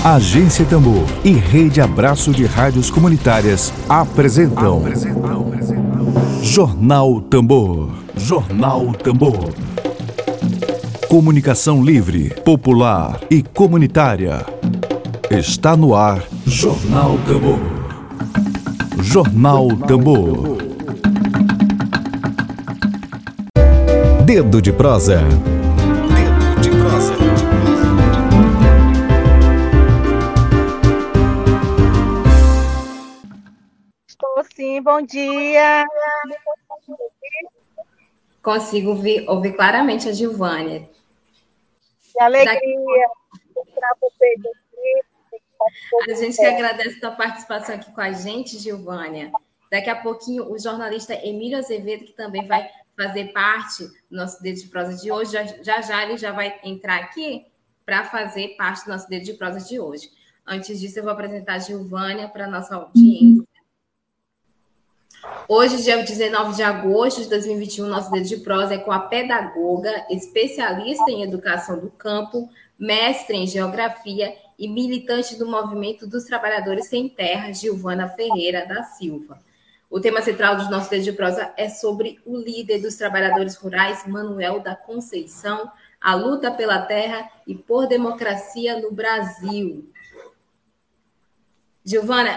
Agência Tambor e Rede Abraço de Rádios Comunitárias apresentam Jornal Tambor. Jornal Tambor. Comunicação livre, popular e comunitária. Está no ar Jornal Tambor. Jornal Tambor. Dedo de prosa. Dedo de prosa. Estou sim, bom dia. Consigo ouvir claramente a Gilvânia. Que alegria para você. A gente que agradece a sua participação aqui com a gente, Gilvânia. Daqui a pouquinho, o jornalista Emílio Azevedo, que também vai fazer parte do nosso Dedo de Prosa de hoje, já ele já vai entrar aqui para fazer parte do nosso Dedo de Prosa de hoje. Antes disso, eu vou apresentar a Gilvânia para a nossa audiência. Hoje, dia 19 de agosto de 2021, nosso Dedo de Prosa é com a pedagoga, especialista em educação do campo, mestre em geografia e militante do Movimento dos Trabalhadores Sem Terra, Gilvana Ferreira da Silva. O tema central do nosso Dedo de Prosa é sobre o líder dos trabalhadores rurais, Manuel da Conceição, a luta pela terra e por democracia no Brasil. Gilvana,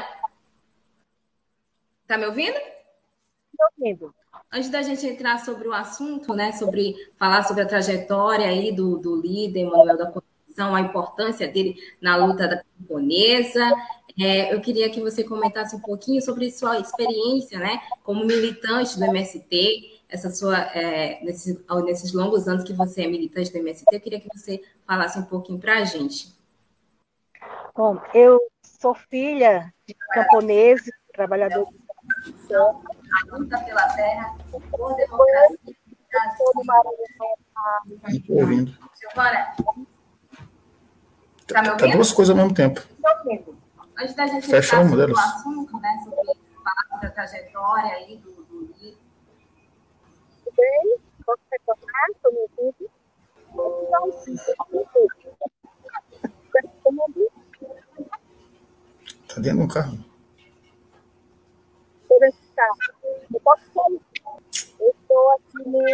tá me ouvindo? Estou ouvindo. Antes da gente entrar sobre o assunto, né, falar sobre a trajetória aí do líder Manuel da Conceição, a importância dele na luta da camponesa, eu queria que você comentasse um pouquinho sobre sua experiência, né, como militante do MST, nesses longos anos que você é militante do MST, eu queria que você falasse um pouquinho para a gente. Bom, eu sou filha de camponeses, trabalhadores A luta pela terra por democracia. Não estou ouvindo. Silvana, tá me ouvindo? Tá duas coisas ao mesmo tempo. Estou ouvindo. Antes da gente Fecha entrar uma sobre delas. o assunto, né, falar sobre a trajetória aí do líder. Tudo bem? Posso retornar? Estou me ouvindo? Então, sim. Tá dentro de um carro. Eu posso falar? Eu estou aqui no...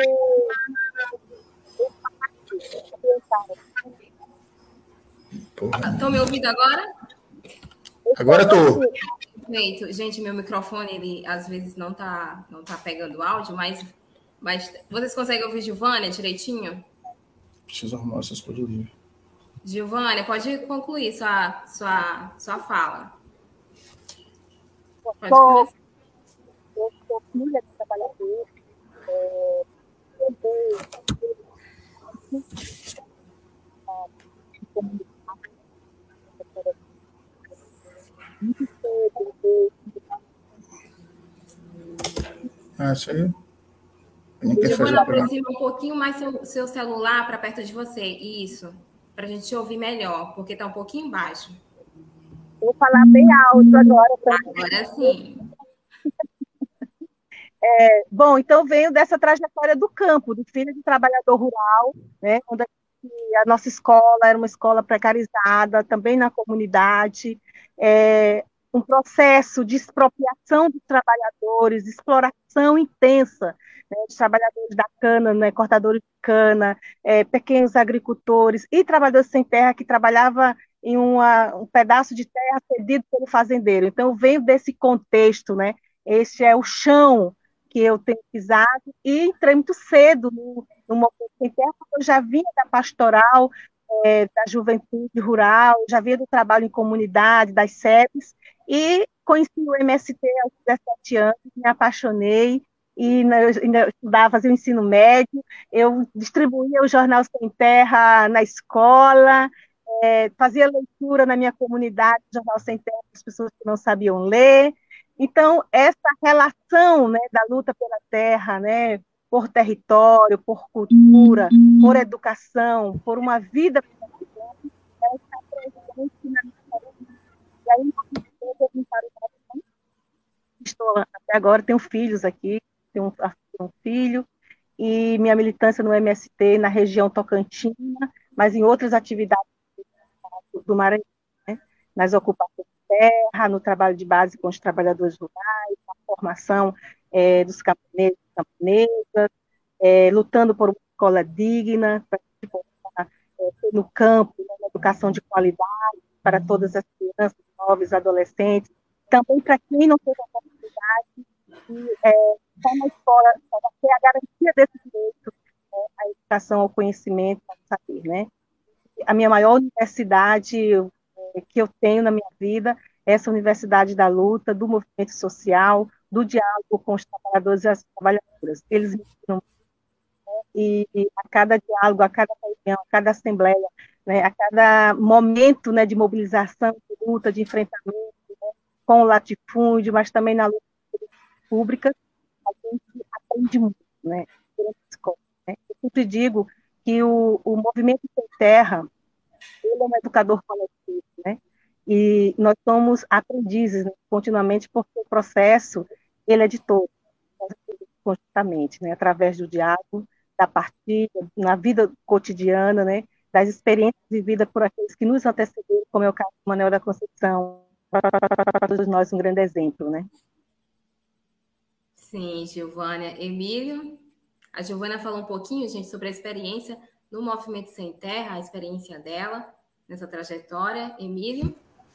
Porra. Estão me ouvindo agora? Agora eu tô. Perfeito. Gente, meu microfone, ele às vezes não tá pegando áudio, mas vocês conseguem ouvir Gilvânia direitinho? Preciso arrumar essas coisas ali. Gilvânia, pode concluir sua fala. Pode começar. Eu sou filha de trabalhador. Isso aí. Gilvana, aproxima um pouquinho mais seu celular para perto de você. Isso. Para a gente te ouvir melhor, porque está um pouquinho baixo. Vou falar bem alto agora. Agora sim. Bom, então venho dessa trajetória do campo, do filho de trabalhador rural, né, onde a nossa escola era uma escola precarizada, também na comunidade, um processo de expropriação dos trabalhadores, exploração intensa, né, dos trabalhadores da cana, né, cortadores de cana, pequenos agricultores e trabalhadores sem terra que trabalhavam em um pedaço de terra cedido pelo fazendeiro. Então, eu venho desse contexto, né, este é o chão que eu tenho pisado, e entrei muito cedo no Movimento Sem Terra, porque eu já vinha da pastoral, da juventude rural, já vinha do trabalho em comunidade, das SEBs, e conheci o MST aos 17 anos, me apaixonei, e eu estudava, fazia o ensino médio, eu distribuía o Jornal Sem Terra na escola, fazia leitura na minha comunidade, Jornal Sem Terra, para as pessoas que não sabiam ler. Então, essa relação, né, da luta pela terra, né, por território, por cultura, por educação, por uma vida, ela está presente na minha vida. E aí, estou até agora, tenho filhos aqui, tenho um filho, e minha militância no MST, na região Tocantina, mas em outras atividades do Maranhão, né? nas ocupações de terra, no trabalho de base com os trabalhadores rurais, na formação dos camponeses e camponesas, lutando por uma escola digna, para que possa ter no campo, né, uma educação de qualidade para todas as crianças, jovens, adolescentes, também para quem não teve a oportunidade de estar na escola, para ter a garantia desse direito, à educação, ao conhecimento, ao saber, né? A minha maior universidade que eu tenho na minha vida é essa universidade da luta, do movimento social, do diálogo com os trabalhadores e as trabalhadoras. Eles me ensinam, e a cada diálogo, a cada reunião, a cada assembleia, né, a cada momento, né, de mobilização, de luta, de enfrentamento, né, com o latifúndio, mas também na luta pública, a gente aprende muito, né, durante a escola, né. Eu sempre digo que o movimento sem terra, ele é um educador coletivo, né, e nós somos aprendizes, né, continuamente, porque o processo, ele é de todos, conjuntamente, né, através do diálogo, da partilha, na vida cotidiana, né, das experiências vividas por aqueles que nos antecederam, como é o caso do Manuel da Conceição, para todos nós um grande exemplo, né? Sim, Giovânia. Emílio, a Giovânia falou um pouquinho, gente, sobre a experiência no Movimento Sem Terra, a experiência dela nessa trajetória. Emílio?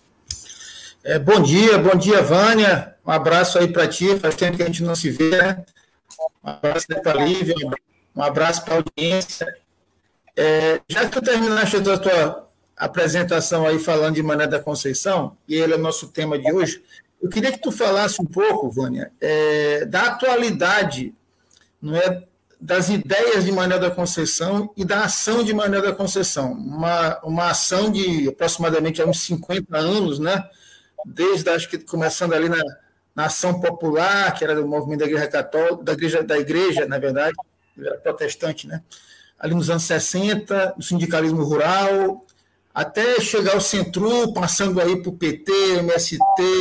Bom dia, Vânia. Um abraço aí para ti, faz tempo que a gente não se vê, né? Um abraço para a Lívia, um abraço para a audiência. Já que tu terminaste a tua apresentação aí falando de Mané da Conceição, e ele é o nosso tema de hoje, eu queria que tu falasse um pouco, Vânia, da atualidade, não é, das ideias de Mané da Conceição e da ação de Mané da Conceição. Uma ação de aproximadamente uns 50 anos, né? Desde, acho que começando ali na ação popular, que era do movimento da Igreja Católica, da igreja, na verdade, era protestante, né? Ali nos anos 60, no sindicalismo rural, até chegar ao Centro, passando aí para o PT, MST,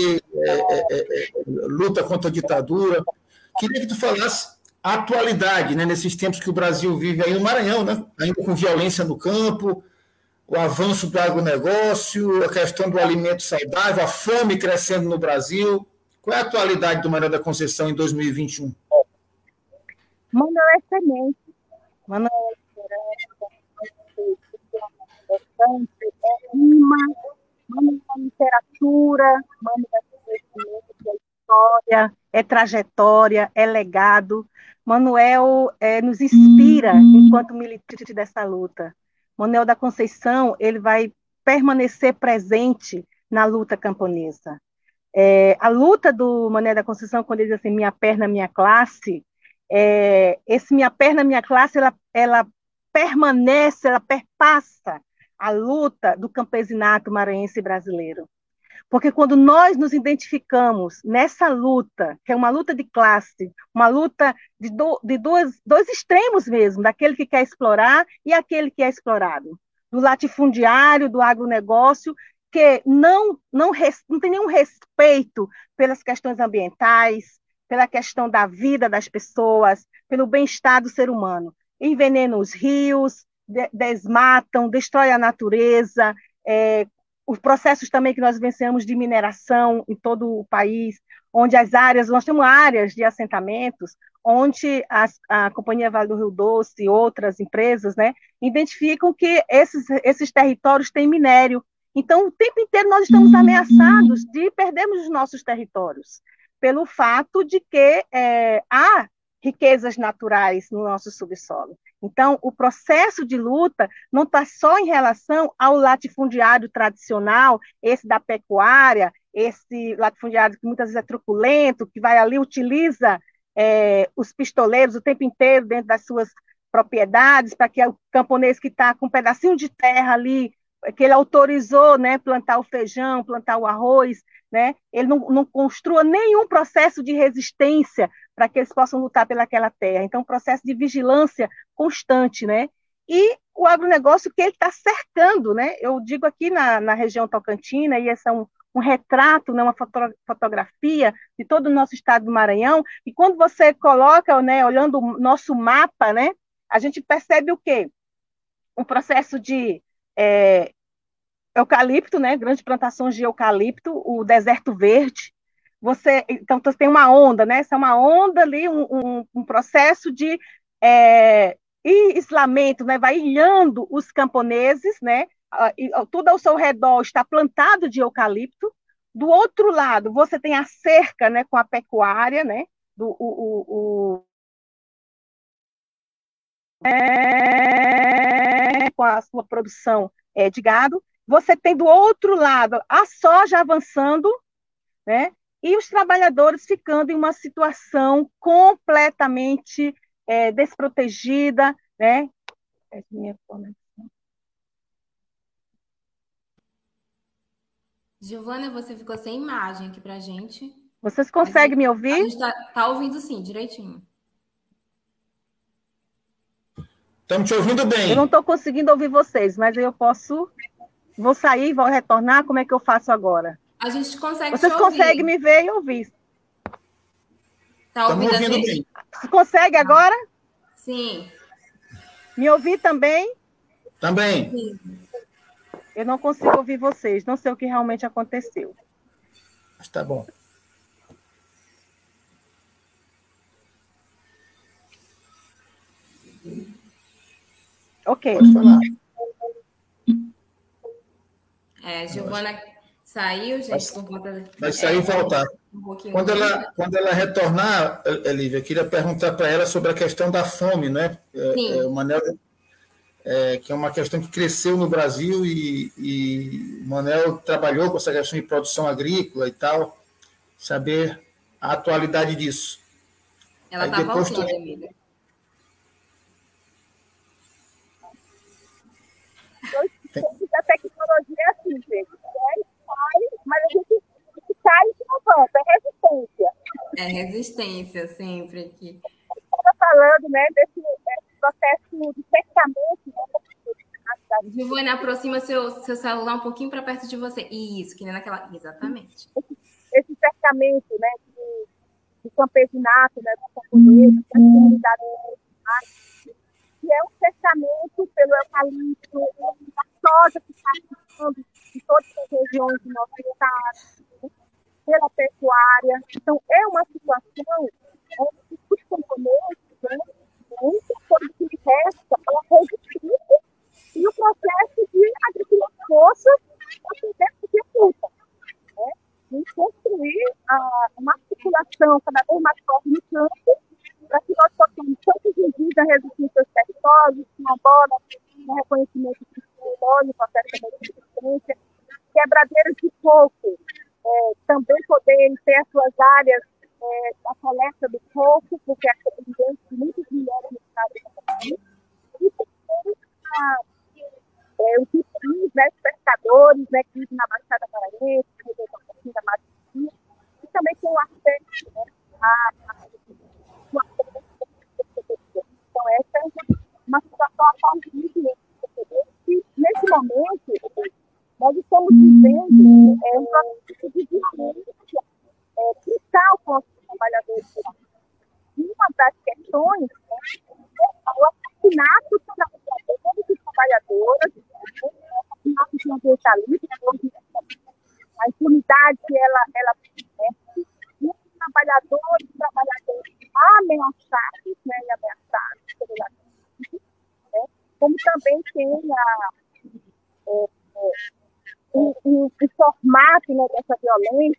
luta contra a ditadura. Queria que tu falasse a atualidade, né, nesses tempos que o Brasil vive aí no Maranhão, né, ainda com violência no campo, o avanço do agronegócio, a questão do alimento saudável, a fome crescendo no Brasil. Qual é a atualidade do Manuel da Conceição em 2021? Manuel é semente. Manuel é rima, Manuel é literatura, Manuel é conhecimento, é história, é trajetória, é legado. Manuel nos inspira enquanto militante dessa luta. Manuel da Conceição, ele vai permanecer presente na luta camponesa. A luta do Manuel da Conceição, quando ele diz assim, minha perna, minha classe, esse minha perna, minha classe, ela permanece, ela perpassa a luta do campesinato maranhense brasileiro. Porque quando nós nos identificamos nessa luta, que é uma luta de classe, uma luta de dois extremos mesmo, daquele que quer explorar e aquele que é explorado, do latifundiário, do agronegócio, que não tem nenhum respeito pelas questões ambientais, pela questão da vida das pessoas, pelo bem-estar do ser humano. Envenenam os rios, desmatam, destrói a natureza, os processos também que nós vencemos de mineração em todo o país, onde nós temos áreas de assentamentos, onde a Companhia Vale do Rio Doce e outras empresas, né, identificam que esses territórios têm minério. Então, o tempo inteiro nós estamos ameaçados de perdermos os nossos territórios, pelo fato de que há riquezas naturais no nosso subsolo. Então, o processo de luta não está só em relação ao latifundiário tradicional, esse da pecuária, esse latifundiário que muitas vezes é truculento, que vai ali, utiliza os pistoleiros o tempo inteiro dentro das suas propriedades, para que o camponês que está com um pedacinho de terra ali, que ele autorizou, né, plantar o feijão, plantar o arroz, né, ele não construa nenhum processo de resistência para que eles possam lutar pelaquela terra. Então, um processo de vigilância constante, né? E o agronegócio que ele está cercando, né? Eu digo aqui na região tocantina, e esse é um retrato, né, uma fotografia de todo o nosso estado do Maranhão, e quando você coloca, né, olhando o nosso mapa, né, a gente percebe o quê? Um processo de eucalipto, né? Grandes plantações de eucalipto, o deserto verde. Então, você tem uma onda, né? Essa é uma onda ali, um processo de isolamento, né? Vai ilhando os camponeses, né? Tudo ao seu redor está plantado de eucalipto. Do outro lado, você tem a cerca, né? Com a pecuária, né? Com a sua produção de gado. Você tem do outro lado a soja avançando, né? E os trabalhadores ficando em uma situação completamente desprotegida, né? Giovana, você ficou sem imagem aqui para a gente. Vocês conseguem me ouvir? A gente tá ouvindo sim, direitinho. Estamos te ouvindo bem. Eu não estou conseguindo ouvir vocês, mas eu posso... Vou sair, vou retornar, como é que eu faço agora? A gente consegue Vocês conseguem me ver e ouvir? Tá ouvindo bem? Consegue agora? Sim. Me ouvir também? Também. Sim. Eu não consigo ouvir vocês, não sei o que realmente aconteceu. Mas tá bom. Ok. Pode falar. Giovana saiu, gente, por conta... Vai sair e voltar. Quando ela retornar, Lívia, eu queria perguntar para ela sobre a questão da fome, né? O Manel, que é uma questão que cresceu no Brasil e o Manel trabalhou com essa questão de produção agrícola e tal, saber a atualidade disso. Ela está voltando, amiga. A tecnologia é assim, gente. Mas a gente cai e não volta. É resistência. É resistência, sempre aqui. Estava falando, né, desse processo de cercamento. Giovana, aproxima seu celular um pouquinho para perto de você. Isso, que nem naquela... Exatamente. Esse cercamento, né, de campesinato, né, do camponês, das comunidades, que é um cercamento pelo eucalipto, da soja que está ficando em todas as regiões do nosso estado, pela pecuária. Então, é uma situação onde os camponeses, né, muita coisa que lhe resta é a resistência e o processo de agricultura força para poder culpa, né? E construir uma articulação cada vez mais forte no campo para que nós possamos tanto reduzir a resistência aos territórios, quilombolas, no reconhecimento do processo de resistência, quebradeiras de coco, também poderem ter as suas áreas da coleta do coco, porque é evidente que muitas mulheres no estado também, e também os ricos, né, os pescadores, né, que vivem na Baixada Maranhense, da Maranhense, e também com o aspecto, né, então, essa é uma situação atualmente que, nesse momento, nós estamos vivendo um processo de violência brutal contra os trabalhadores rurais. E uma das questões é o assassinato dos trabalhadoras, o assassinato de ambientalistas, a impunidade que ela permite, e os trabalhadores ameaçados, né, e ameaçados pelo como também tem o formato, né, dessa violência,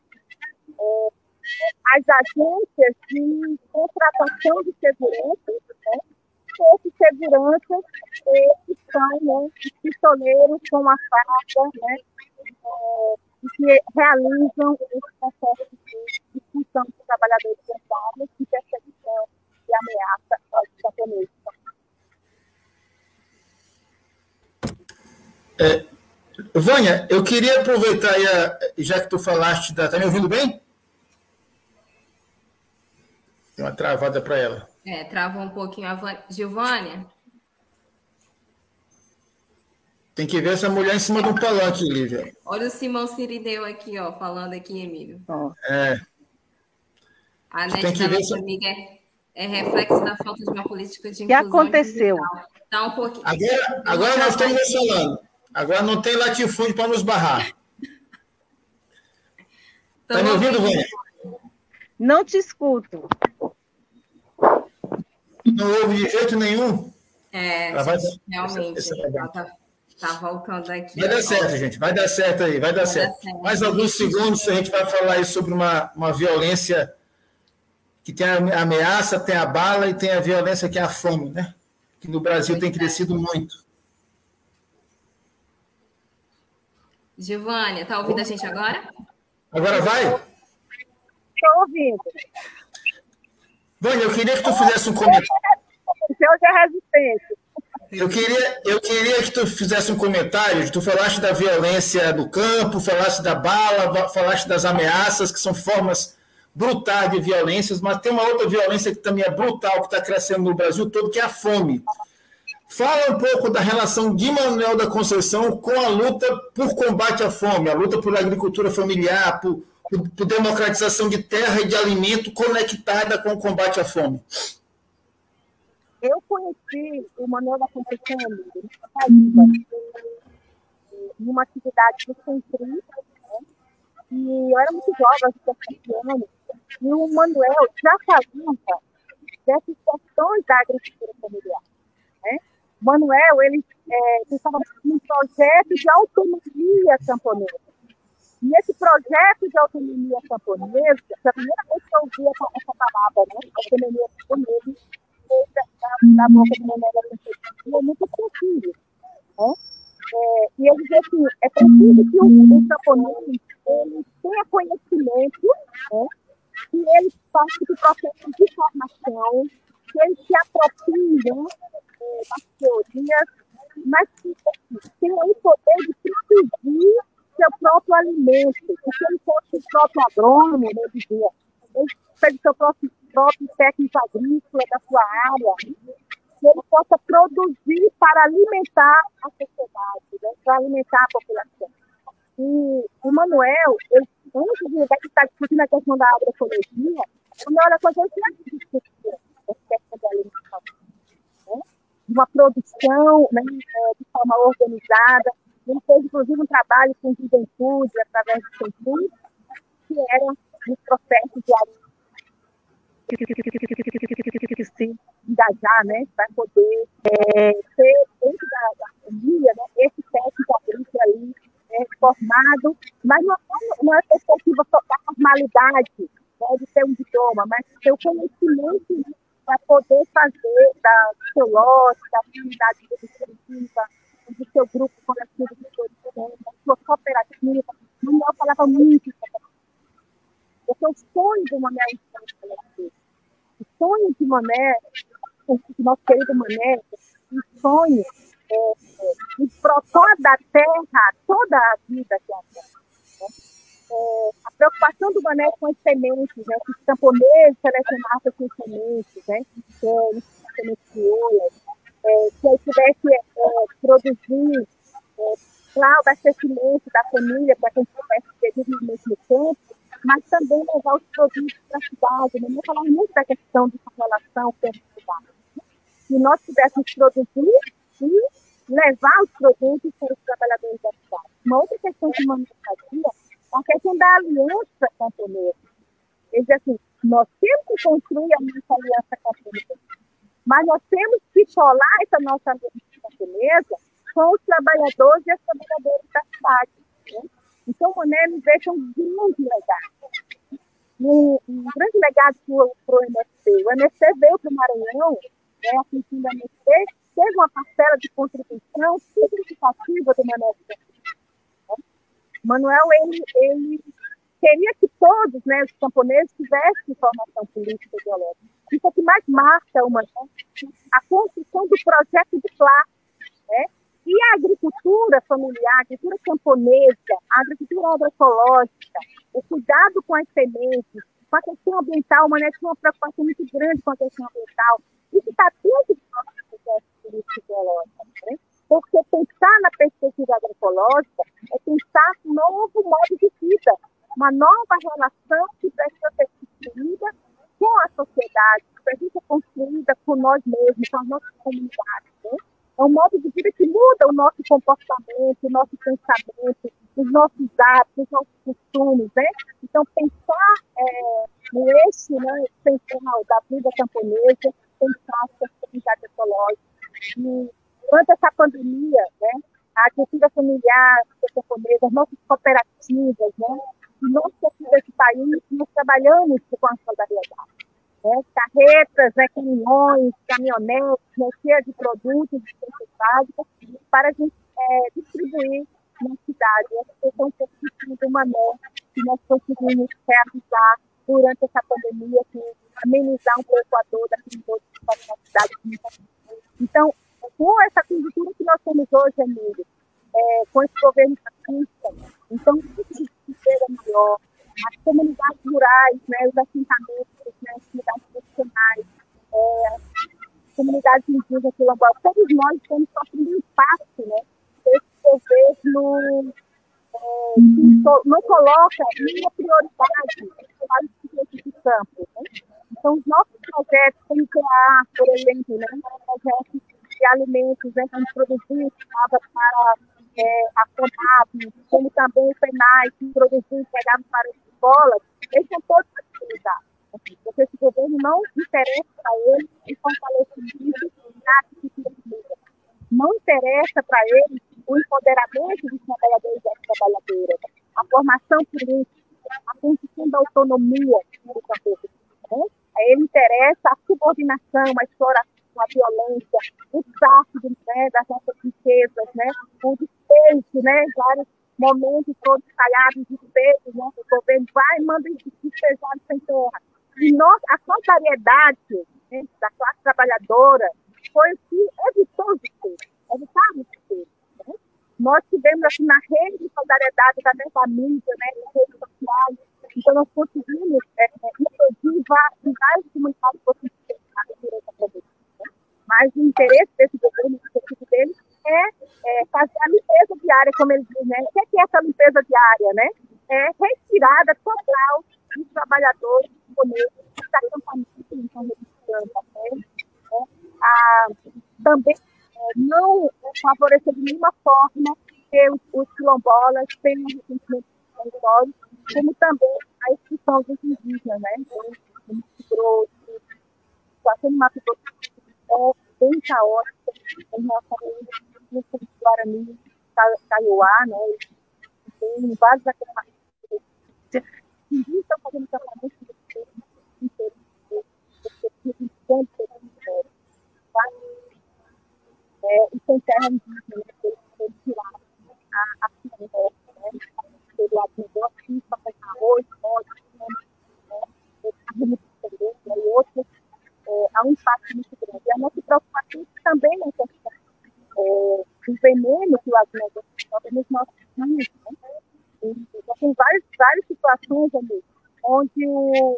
as agências de contratação de segurança, né, esses seguranças que são, né, pistoleiros com a faca, né, que realizam esse processo de expulsão dos trabalhadores urbanos, de perseguição e ameaça aos camponeses. Vânia, eu queria aproveitar, já que tu falaste, tá me ouvindo bem? Tem uma travada para ela. Travou um pouquinho a Vânia. Giovânia? Tem que ver essa mulher em cima de um palanque, Lívia. Olha o Simão Sirineu aqui, ó, falando aqui, Emílio. A net da nossa amiga é reflexo da falta de uma política de inclusão. O que aconteceu? Tá um pouquinho... Agora nós estamos falando. Agora não tem latifúndio para nos barrar. Está me ouvindo, Vânia? Não te escuto. Não ouve de jeito nenhum? Realmente. Está voltando aqui. Vai dar certo, gente. Vai dar certo aí. Vai dar certo. Mais alguns segundos a gente vai falar aí sobre uma violência que tem a ameaça, tem a bala e tem a violência que é a fome, né? Que no Brasil tem crescido muito. Gilvânia, está ouvindo a gente agora? Agora vai? Estou ouvindo. Vânia, eu queria que tu fizesse um comentário. Hoje é resistência. Eu queria que tu fizesse um comentário. Tu falaste da violência do campo, falaste da bala, falaste das ameaças, que são formas brutais de violências, mas tem uma outra violência que também é brutal, que está crescendo no Brasil todo, que é a fome. Fala um pouco da relação de Manoel da Conceição com a luta por combate à fome, a luta por agricultura familiar, por democratização de terra e de alimento conectada com o combate à fome. Eu conheci o Manoel da Conceição numa atividade do Centro, né? E eu era muito jovem, aos 17 anos, e o Manoel já falava dessas questões da agricultura familiar, né? O Manoel, ele pensava num projeto de autonomia camponesa. E esse projeto de autonomia camponesa, a primeira vez que eu ouvi essa palavra, né, autonomia camponesa, da boca do Manoel da Conceição, é muito preciso, né? E ele dizia assim, é preciso que o camponês ele tenha conhecimento, né, que ele faça o processo de formação, que ele se aproprie, né, das teorias, mas que tenha o poder de produzir seu próprio alimento, porque ele fosse o próprio agrônomo, né, dizia, ele seja o seu próprio técnico agrícola da sua área, que ele possa produzir para alimentar a sociedade, né, para alimentar a população. E o Manoel, antes de estar discutindo a questão da agroecologia, o Manoel da Conceição já discutiu essa questão da alimentação, né, de uma produção, né, de forma organizada. Ele fez, inclusive, um trabalho com juventude, através do Centro, que era nos processos de se engajar, né, para poder ter dentro da família, né, esse técnico agrícola ali formado, mas não é perspectiva só da formalidade, né, de ter um diploma, mas ter o conhecimento para poder fazer do seu lote, da comunidade produtiva, do seu grupo coletivo de produção, da sua cooperativa. O Manoel falava muito sobre isso. Porque o sonho do Mané é o sonho de Mané, o nosso querido Mané, o sonho de toda a terra, toda a vida que é a terra. Né? A preocupação do Mané com as sementes, né? Que os camponeses selecionassem as sementes, né? Sementes crioulas, que ele pudesse produzir lá o abastecimento da família para que a gente pudesse ter dignamente no campo, mas também levar os produtos para a cidade. Não falar muito da questão de relação com a cidade. Se nós pudéssemos produzir e levar os produtos para os trabalhadores da cidade. Uma outra questão que o Manoel fazia é a questão da aliança camponesa. Ele diz assim, nós temos que construir a nossa aliança camponesa, mas nós temos que colar essa nossa aliança camponesa com os trabalhadores e as trabalhadoras da cidade. Né? Então, o Mané nos deixa um grande legado. Um grande legado para o MST. O MST veio para o Maranhão, né, a função do MST, teve uma parcela de contribuição significativa do Manoel. Manuel, ele queria que todos, né, os camponeses tivessem formação política e ideológica. Isso é o que mais marca o Manuel, a construção do projeto de classe, né? E a agricultura familiar, a agricultura camponesa, a agricultura agroecológica, o cuidado com as sementes, com a questão ambiental, o Manuel tinha uma preocupação muito grande com a questão ambiental. Isso está dentro do nosso projeto político ideológico, né? Porque pensar na perspectiva agroecológica é pensar um novo modo de vida, uma nova relação que precisa ser construída com a sociedade, que precisa ser construída com nós mesmos, com as nossas comunidades. Né? É um modo de vida que muda o nosso comportamento, o nosso pensamento, os nossos hábitos, os nossos costumes, né? Então, pensar no eixo, né, central da vida camponesa, pensar a sustentabilidade ecológica. E durante essa pandemia, né, a agricultura familiar camponesa, as nossas cooperativas, né, e nós aqui desse país, nós trabalhamos com a solidariedade. Né, carretas, né, caminhões, caminhonetes, né, cheias de produtos de cestas básicas, para a gente distribuir na cidade. Essa é um pouquinho de maneira que nós conseguimos realizar durante essa pandemia, assim, amenizar um pouco a dor daqueles outros que estão na cidade. Então, com essa conjuntura que nós temos hoje, Emílio, com esse governo fascista, então, o tipo de viver melhor, as comunidades rurais, né, os assentamentos, né, as comunidades profissionais, as comunidades indígenas quilombolas, todos nós estamos sofrendo impacto, né, desse governo que não coloca nenhuma prioridade para os sujeitos de campo. Né? Então, os nossos projetos, como CREAR, por exemplo, né, projetos de alimentos, né, que produzimos para a CONAB, como também o PENAI, que produziu e pegava para as escolas, eles são todos facilitados. Porque esse governo não interessa para ele o fortalecimento da agricultura familiar. Não interessa para ele o empoderamento dos trabalhadores e das trabalhadoras, a formação política, a construção da autonomia do campo. Né? A ele interessa a subordinação, a exploração, a violência, o tráfico, né, das nossas riquezas, né, o despejo, né, vários momentos todos falhados de despejo, né, o governo vai e manda despejar sem terra. E nós, a solidariedade, né, da classe trabalhadora foi o que evitou o despejo, evitava o despejo. Né? Nós tivemos assim, na rede de solidariedade da mídia, né, nas redes sociais, então nós conseguimos introduzir várias comunidades possibilidades durante a pandemia. Mas o interesse desse governo, o objetivo dele é fazer a limpeza diária, como ele diz, né? O que é essa limpeza diária, né? É retirada total dos trabalhadores camponeses da campanha que estão registrando, né? Também não favorecer de nenhuma forma que os quilombolas tenham reconhecimento território, como também a expulsão dos indígenas, né? Então, o Mato Grosso, o Mato Grosso, bem caótica em relação ao Guarani, Kaiowá, né? Tem vários acampamentos. Ninguém está fazendo acampamento inteiro. E sem terra indígena, eles tiraram a floresta, né? Pelo lado do negócio, para fazer arroz, óleo, né? E outros. Há um impacto muito grande. E a nossa preocupação também é a questão do veneno que o alimento coloca nos nossos filhos. Né? Então, tem várias situações ali, onde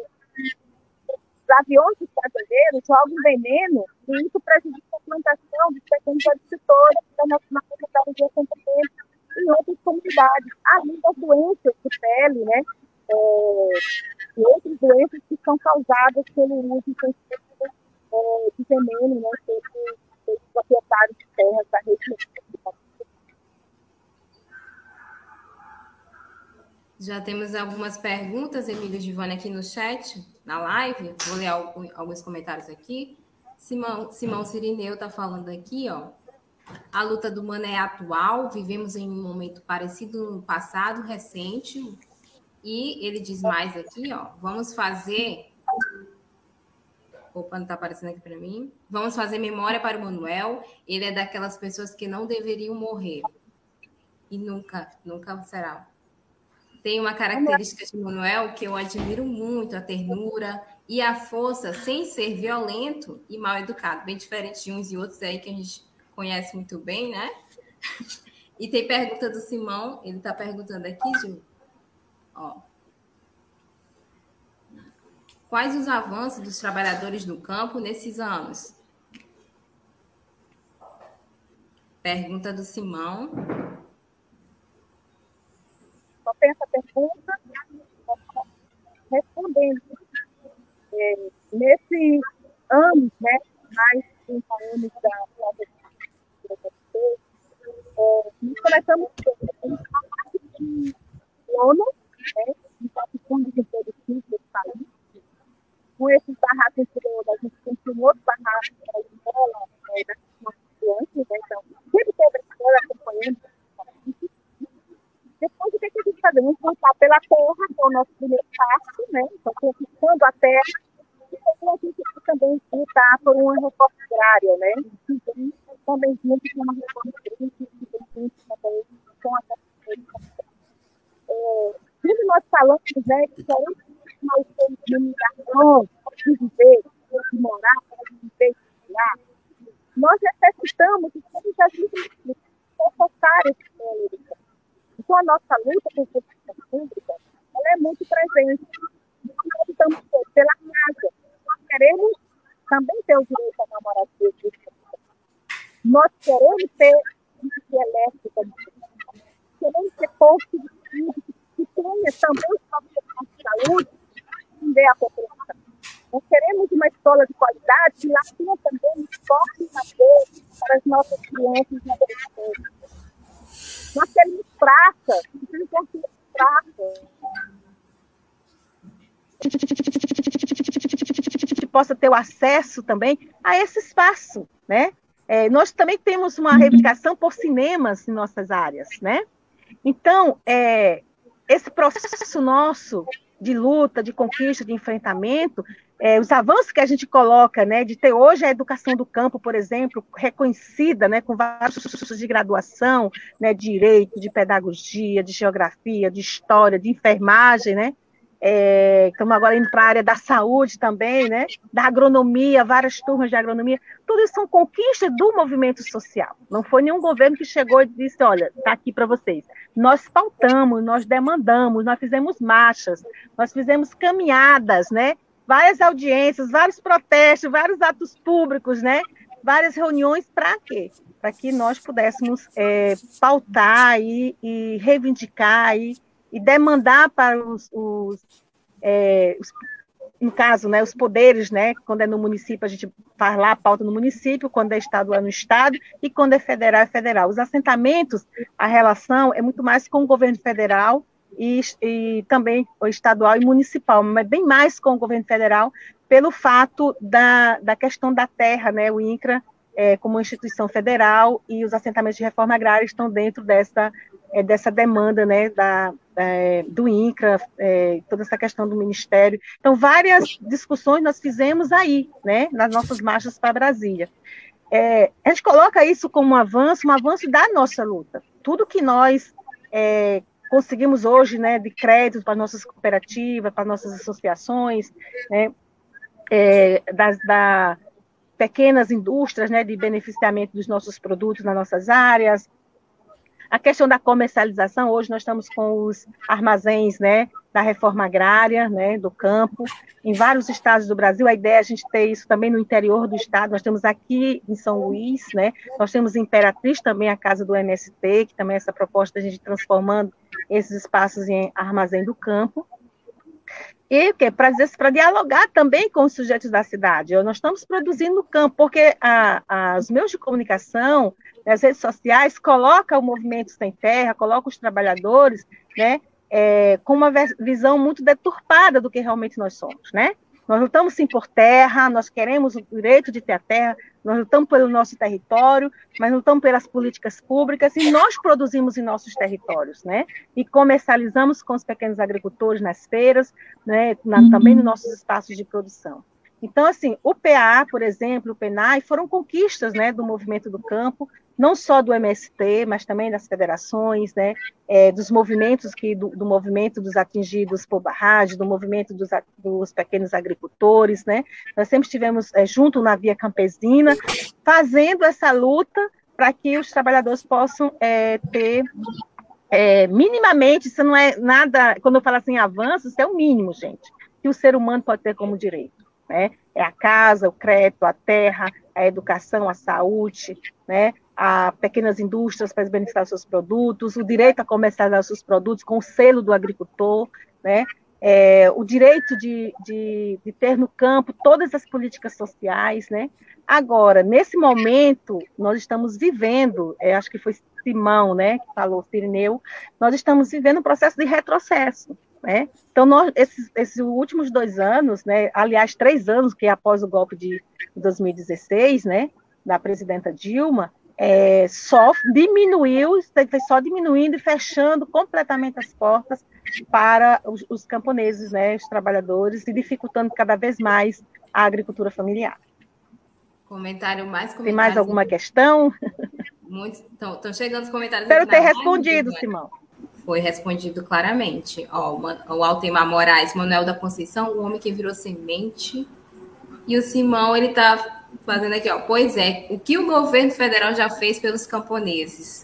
os aviões dos fazendeiros jogam veneno e isso prejudica a plantação dos pequenos agricultores da nossa comunidade de assentamento e outras comunidades, além das doenças de pele, né? E outras doenças que são causadas pelo uso de veneno, né, pelos proprietários de terras da região. Já temos algumas perguntas, Emílio e Giovana, aqui no chat, na live. Vou ler alguns comentários aqui. Simão Cirineu está falando aqui, ó. A luta do Mano é atual, vivemos em um momento parecido no passado recente. E ele diz mais aqui, ó. Vamos fazer... Opa, não está aparecendo aqui para mim. Vamos fazer memória para o Manuel. Ele é daquelas pessoas que não deveriam morrer. E nunca será. Tem uma característica de Manuel que eu admiro muito, a ternura e a força, sem ser violento e mal educado. Bem diferente de uns e outros aí que a gente conhece muito bem, né? E tem pergunta do Simão. Ele está perguntando aqui, Gil. Ó. Quais os avanços dos trabalhadores no campo nesses anos? Pergunta do Simão. Só tem essa pergunta, respondendo. Nesses anos, né, mais de 30 anos da carbono, né, em fundos improdutivos do país. Com esses barracos anteriores, a gente tem um outro barraco que é a escola das crianças, né? Então, sempre teve a escola acompanhando. Depois, o que a gente faz? A gente voltar pela terra, que é o nosso primeiro passo, né? Então, conquistando a terra, e depois a gente também lutar por uma reforma agrária, né? Que vem também junto com uma reforma agrária, que vem junto também com a quando nós falamos, né, que queremos nós temos comunicação, de viver, de morar, de viver, de criar, nós necessitamos de todas as medidas necessárias para a luta. Então, a nossa luta por política pública, ela é muito presente. Nós estamos pela casa. Nós queremos também ter o direito à namoradia. Nós queremos ter energia elétrica. Queremos ter posto de saúde que tenha também os profissionais de saúde atender a população. Nós queremos uma escola de qualidade que lá tenha também esporte e saber para as nossas crianças e adolescentes. Nós queremos praça, que possa ter o acesso também a esse espaço, né? Nós também temos uma reivindicação por cinemas em nossas áreas, né? Então, esse processo nosso de luta, de conquista, de enfrentamento, os avanços que a gente coloca, né, de ter hoje a educação do campo, por exemplo, reconhecida, né, com vários cursos de graduação, né, de direito, de pedagogia, de geografia, de história, de enfermagem, né? Estamos agora indo para a área da saúde também, né? Da agronomia, várias turmas de agronomia. Tudo isso são conquistas do movimento social. Não foi nenhum governo que chegou e disse, olha, está aqui para vocês. Nós pautamos, nós demandamos, nós fizemos marchas, nós fizemos caminhadas, né? Várias audiências, vários protestos, vários atos públicos, né? Várias reuniões, para quê? Para que nós pudéssemos pautar e reivindicar e demandar para no caso, né, os poderes, né, quando é no município, a gente faz lá a pauta no município, quando é estadual é no estado, e quando é federal, é federal. Os assentamentos, a relação é muito mais com o governo federal e também o estadual e municipal, mas bem mais com o governo federal, pelo fato da questão da terra, né, o INCRA, como instituição federal, e os assentamentos de reforma agrária estão dentro dessa demanda, né, do INCRA, toda essa questão do Ministério. Então, várias discussões nós fizemos aí, né, nas nossas marchas para Brasília. A gente coloca isso como um avanço da nossa luta. Tudo que nós conseguimos hoje, né, de crédito para nossas cooperativas, para nossas associações, né, das pequenas indústrias, né, de beneficiamento dos nossos produtos nas nossas áreas. A questão da comercialização, hoje nós estamos com os armazéns, né, da reforma agrária, né, do campo, em vários estados do Brasil. A ideia é a gente ter isso também no interior do estado. Nós temos aqui em São Luís, né, nós temos em Imperatriz também a casa do MST, que também é essa proposta de a gente transformando esses espaços em armazém do campo. E para dialogar também com os sujeitos da cidade. Nós estamos produzindo no campo, porque os meios de comunicação, as redes sociais, colocam o movimento sem terra, colocam os trabalhadores, né, com uma visão muito deturpada do que realmente nós somos, né? Nós lutamos sim por terra, nós queremos o direito de ter a terra, nós lutamos pelo nosso território, mas lutamos pelas políticas públicas e nós produzimos em nossos territórios, né? E comercializamos com os pequenos agricultores nas feiras, né? Também nos nossos espaços de produção. Então, assim, o PA, por exemplo, o PENAI, foram conquistas, né, do movimento do campo, não só do MST, mas também das federações, né, dos movimentos do movimento dos atingidos por barragem, do movimento dos pequenos agricultores, né. Nós sempre estivemos junto na Via Campesina, fazendo essa luta para que os trabalhadores possam ter minimamente, isso não é nada, quando eu falo assim avanço, isso é o mínimo, gente, que o ser humano pode ter como direito. Né? É a casa, o crédito, a terra, a educação, a saúde, né? A pequenas indústrias para beneficiar seus produtos, o direito a comercializar seus produtos com o selo do agricultor, né? o direito de ter no campo todas as políticas sociais, né? Agora, nesse momento, nós estamos vivendo, acho que foi Simão, né, que falou, Cirineu, nós estamos vivendo um processo de retrocesso, né? Então, esses últimos 2 anos, né, aliás, 3 anos, que é após o golpe de 2016, né, da presidenta Dilma, só só diminuindo e fechando completamente as portas para os camponeses, né, os trabalhadores, e dificultando cada vez mais a agricultura familiar. Tem mais alguma questão? Estão chegando os comentários. Espero ter respondido, Simão. Foi respondido claramente. O Altemar Moraes, Manuel da Conceição, o homem que virou semente. E o Simão, ele está fazendo aqui, pois é, o que o governo federal já fez pelos camponeses?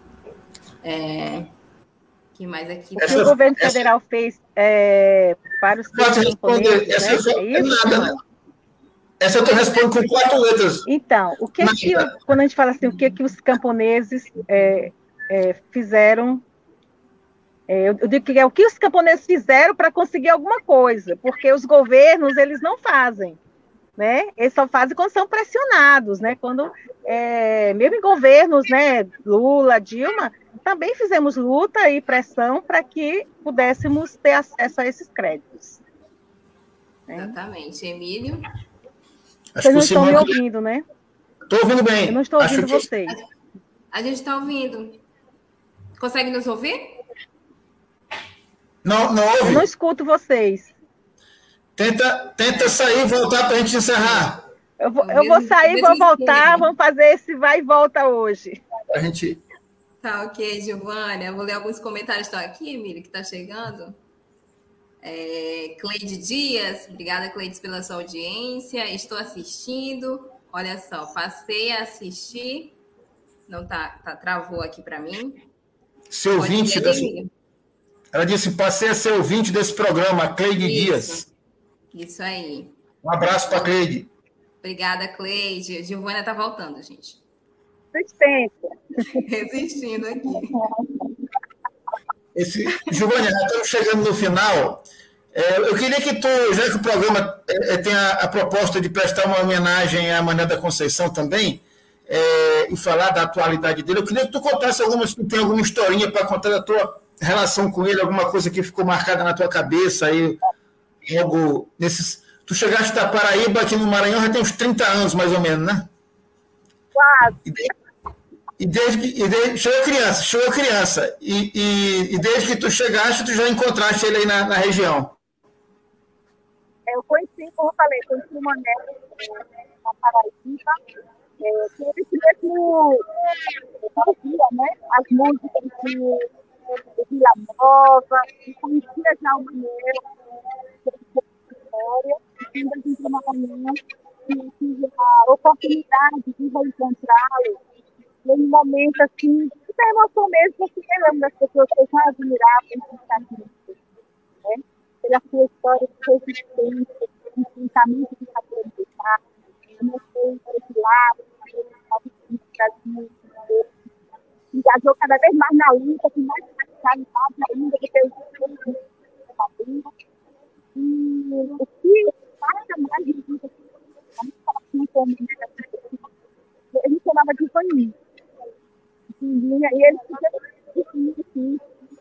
Que mais aqui? O que o governo federal fez para os camponeses? É isso? Nada, né? Essa eu respondo com 4 letras. Então, quando a gente fala assim, o que os camponeses fizeram, eu digo que é o que os camponeses fizeram para conseguir alguma coisa, porque os governos, eles não fazem, né? Eles só fazem quando são pressionados, né? Quando, mesmo em governos, né, Lula, Dilma, também fizemos luta e pressão para que pudéssemos ter acesso a esses créditos. Exatamente. Emílio? Vocês não estão me ouvindo, né? Estou ouvindo bem. Eu não estou ouvindo vocês. A gente está ouvindo. Consegue nos ouvir? Não ouve. Eu não escuto vocês. Tenta sair e voltar para a gente encerrar. Eu vou sair e vou voltar. Vamos fazer esse vai e volta hoje. A gente... Tá, ok, Giovânia. Eu vou ler alguns comentários que estão aqui, Emílio, que está chegando. Cleide Dias, obrigada, Cleide, pela sua audiência. Estou assistindo. Olha só, passei a assistir. Não travou aqui para mim. Seu ouvinte ela disse: passei a ser ouvinte desse programa, Cleide Dias. Isso aí. Um abraço para Cleide. Obrigada, Cleide. Giovânia está voltando, gente. Resistindo aqui. Giovânia, nós estamos chegando no final. Eu queria que tu, já que o programa tem a proposta de prestar uma homenagem à Manuel da Conceição também, e falar da atualidade dele, eu queria que tu contasse se tu tem alguma historinha para contar da tua relação com ele, alguma coisa que ficou marcada na tua cabeça aí, algo nesses... Tu chegaste da Paraíba, aqui no Maranhão, já tem uns 30 anos, mais ou menos, né? Quase. Chegou criança. E desde que tu chegaste, tu já encontraste ele aí na região. Eu conheci, como eu falei, o Mané na Paraíba, que ele mesmo fazia, né, as músicas de Vila Nova, e conhecia já o Mané, e ainda a gente uma reunião, e tive a oportunidade de reencontrá-lo num momento assim, muita emoção mesmo, porque eu lembro das pessoas que eu já admirava em Estados Unidos, né? Pela sua história de resistência, de enfrentamento de saber eu não sei esse lado, do Brasil, engajou cada vez mais na luta, com mais radicalidade ainda do que os outros. E o que passa mais de luta, ele chamava de Vaninho. E ele fica assim,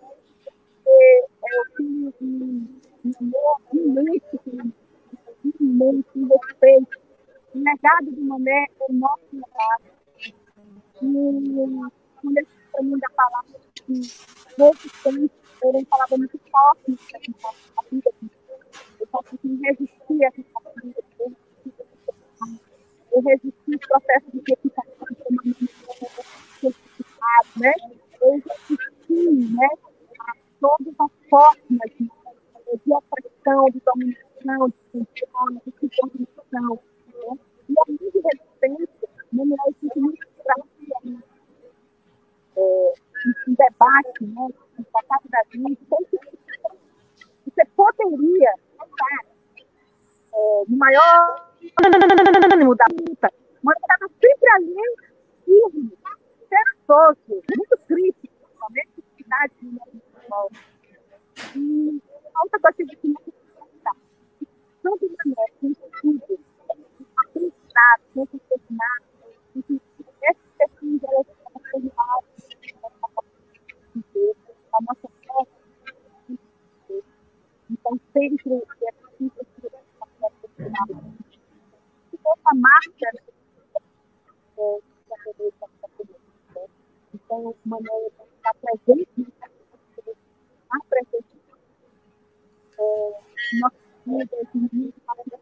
eu fiz imenso respeito. O legado do Mané é o nosso legado. E quando ele também da palavra que resistência, ele falava muito forte na vida dele. Eu só consegui resistir a essa vida dele. Eu resisti ao processo de recuperação né? Eu resisti, né, a todas as formas de opressão, de dominação, de controle, de subordinação. Né? E a minha resistência, Manuel, eu sinto muito prazer em debate, né, em debate da vida. Você poderia estar no maior ânimo da luta, mas estava sempre ali, firme, muito crítico, principalmente na cidade de Nova. E ao outra coisa que eu queria comentar. Tanto Mané, quanto tudo, aprendizado, quanto treinado, essa questão de ela a nossa forma, então sempre essa marca então o Mané está presente na presente nossa vida, que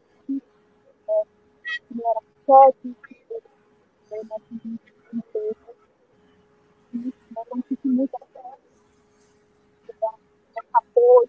era só de não fique muito apoio,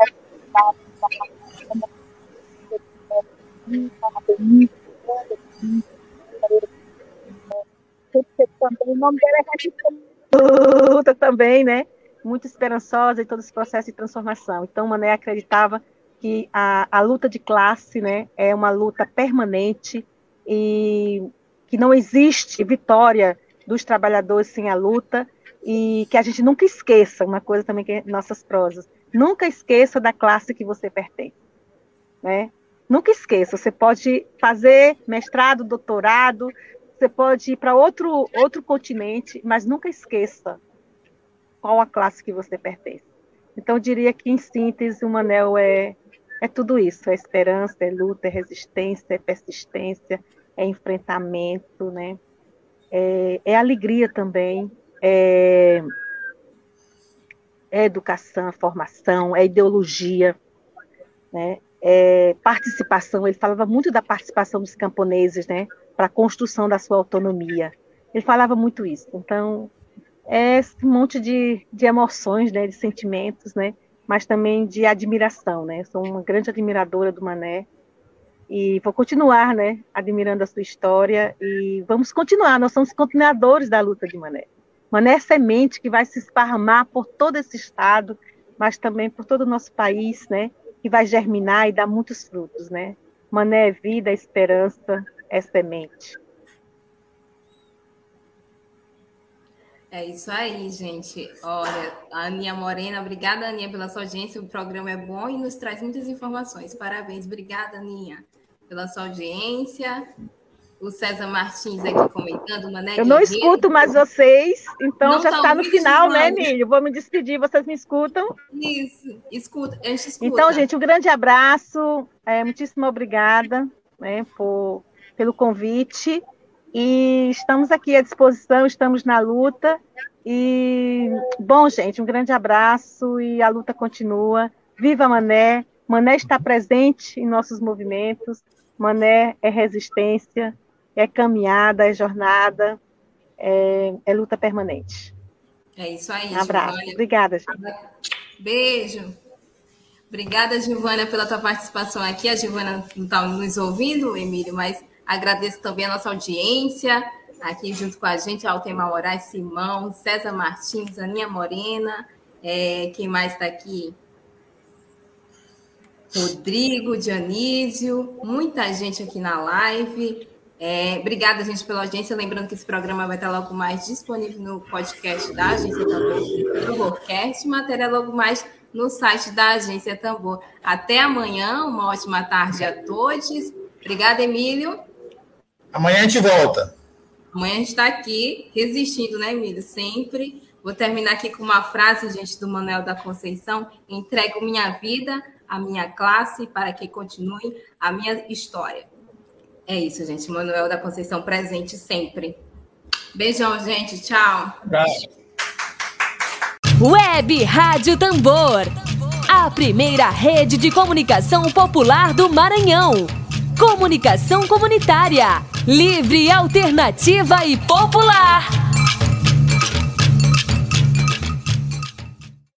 também o nome dela é luta também, né? Muito esperançosa em todo esse processo de transformação. Então, Mané acreditava que a luta de classe, né, é uma luta permanente e que não existe vitória dos trabalhadores sem a luta e que a gente nunca esqueça, uma coisa também que é nossas prosas, nunca esqueça da classe que você pertence, né? Nunca esqueça, você pode fazer mestrado, doutorado, você pode ir para outro continente, mas nunca esqueça qual a classe que você pertence. Então, eu diria que, em síntese, o Manel é tudo isso, é esperança, luta, resistência, persistência, enfrentamento, né? É alegria também, é educação, formação, ideologia, né? Participação. Ele falava muito da participação dos camponeses, né? Para a construção da sua autonomia. Ele falava muito isso. Então, esse monte de emoções, né? De sentimentos, né? Mas também de admiração, né? Sou uma grande admiradora do Mané e vou continuar, né? Admirando a sua história e vamos continuar. Nós somos continuadores da luta de Mané. Mané é semente que vai se esparramar por todo esse estado, mas também por todo o nosso país, né? Que vai germinar e dar muitos frutos, né? Mané é vida, é esperança, é semente. É isso aí, gente. Olha, a Aninha Morena, obrigada, Aninha, pela sua audiência. O programa é bom e nos traz muitas informações. Parabéns. Obrigada, Aninha, pela sua audiência. O César Martins aqui comentando, Mané. Eu não escuto mais vocês, então não já está no final, né, Emílio? Vou me despedir, vocês me escutam? Isso, escuta, a gente escuta. Então, gente, um grande abraço, muitíssimo obrigada, né, pelo convite, e estamos aqui à disposição, estamos na luta, e, bom, gente, um grande abraço, e a luta continua. Viva Mané! Mané está presente em nossos movimentos, Mané é resistência, é caminhada, é jornada, é luta permanente. É isso aí, um abraço. Giovânia. Obrigada, gente. Beijo. Obrigada, Giovânia, pela tua participação aqui. A Giovânia não está nos ouvindo, Emílio, mas agradeço também a nossa audiência aqui junto com a gente, Altemar Moraes, Simão, César Martins, Aninha Morena, quem mais está aqui? Rodrigo, Dionísio, muita gente aqui na live. Obrigada, gente, pela audiência. Lembrando que esse programa vai estar logo mais disponível no podcast da Agência Tambor, Tamborcast, matéria logo mais no site da Agência Tambor. Até amanhã, uma ótima tarde a todos. Obrigada, Emílio. Amanhã a gente volta. Amanhã a gente está aqui resistindo, né, Emílio? Sempre. Vou terminar aqui com uma frase, gente, do Manuel da Conceição. Entrego minha vida, a minha classe, para que continue a minha história. É isso, gente. Manuel da Conceição presente sempre. Beijão, gente. Tchau. Web Rádio Tambor. A primeira rede de comunicação popular do Maranhão. Comunicação comunitária. Livre, alternativa e popular.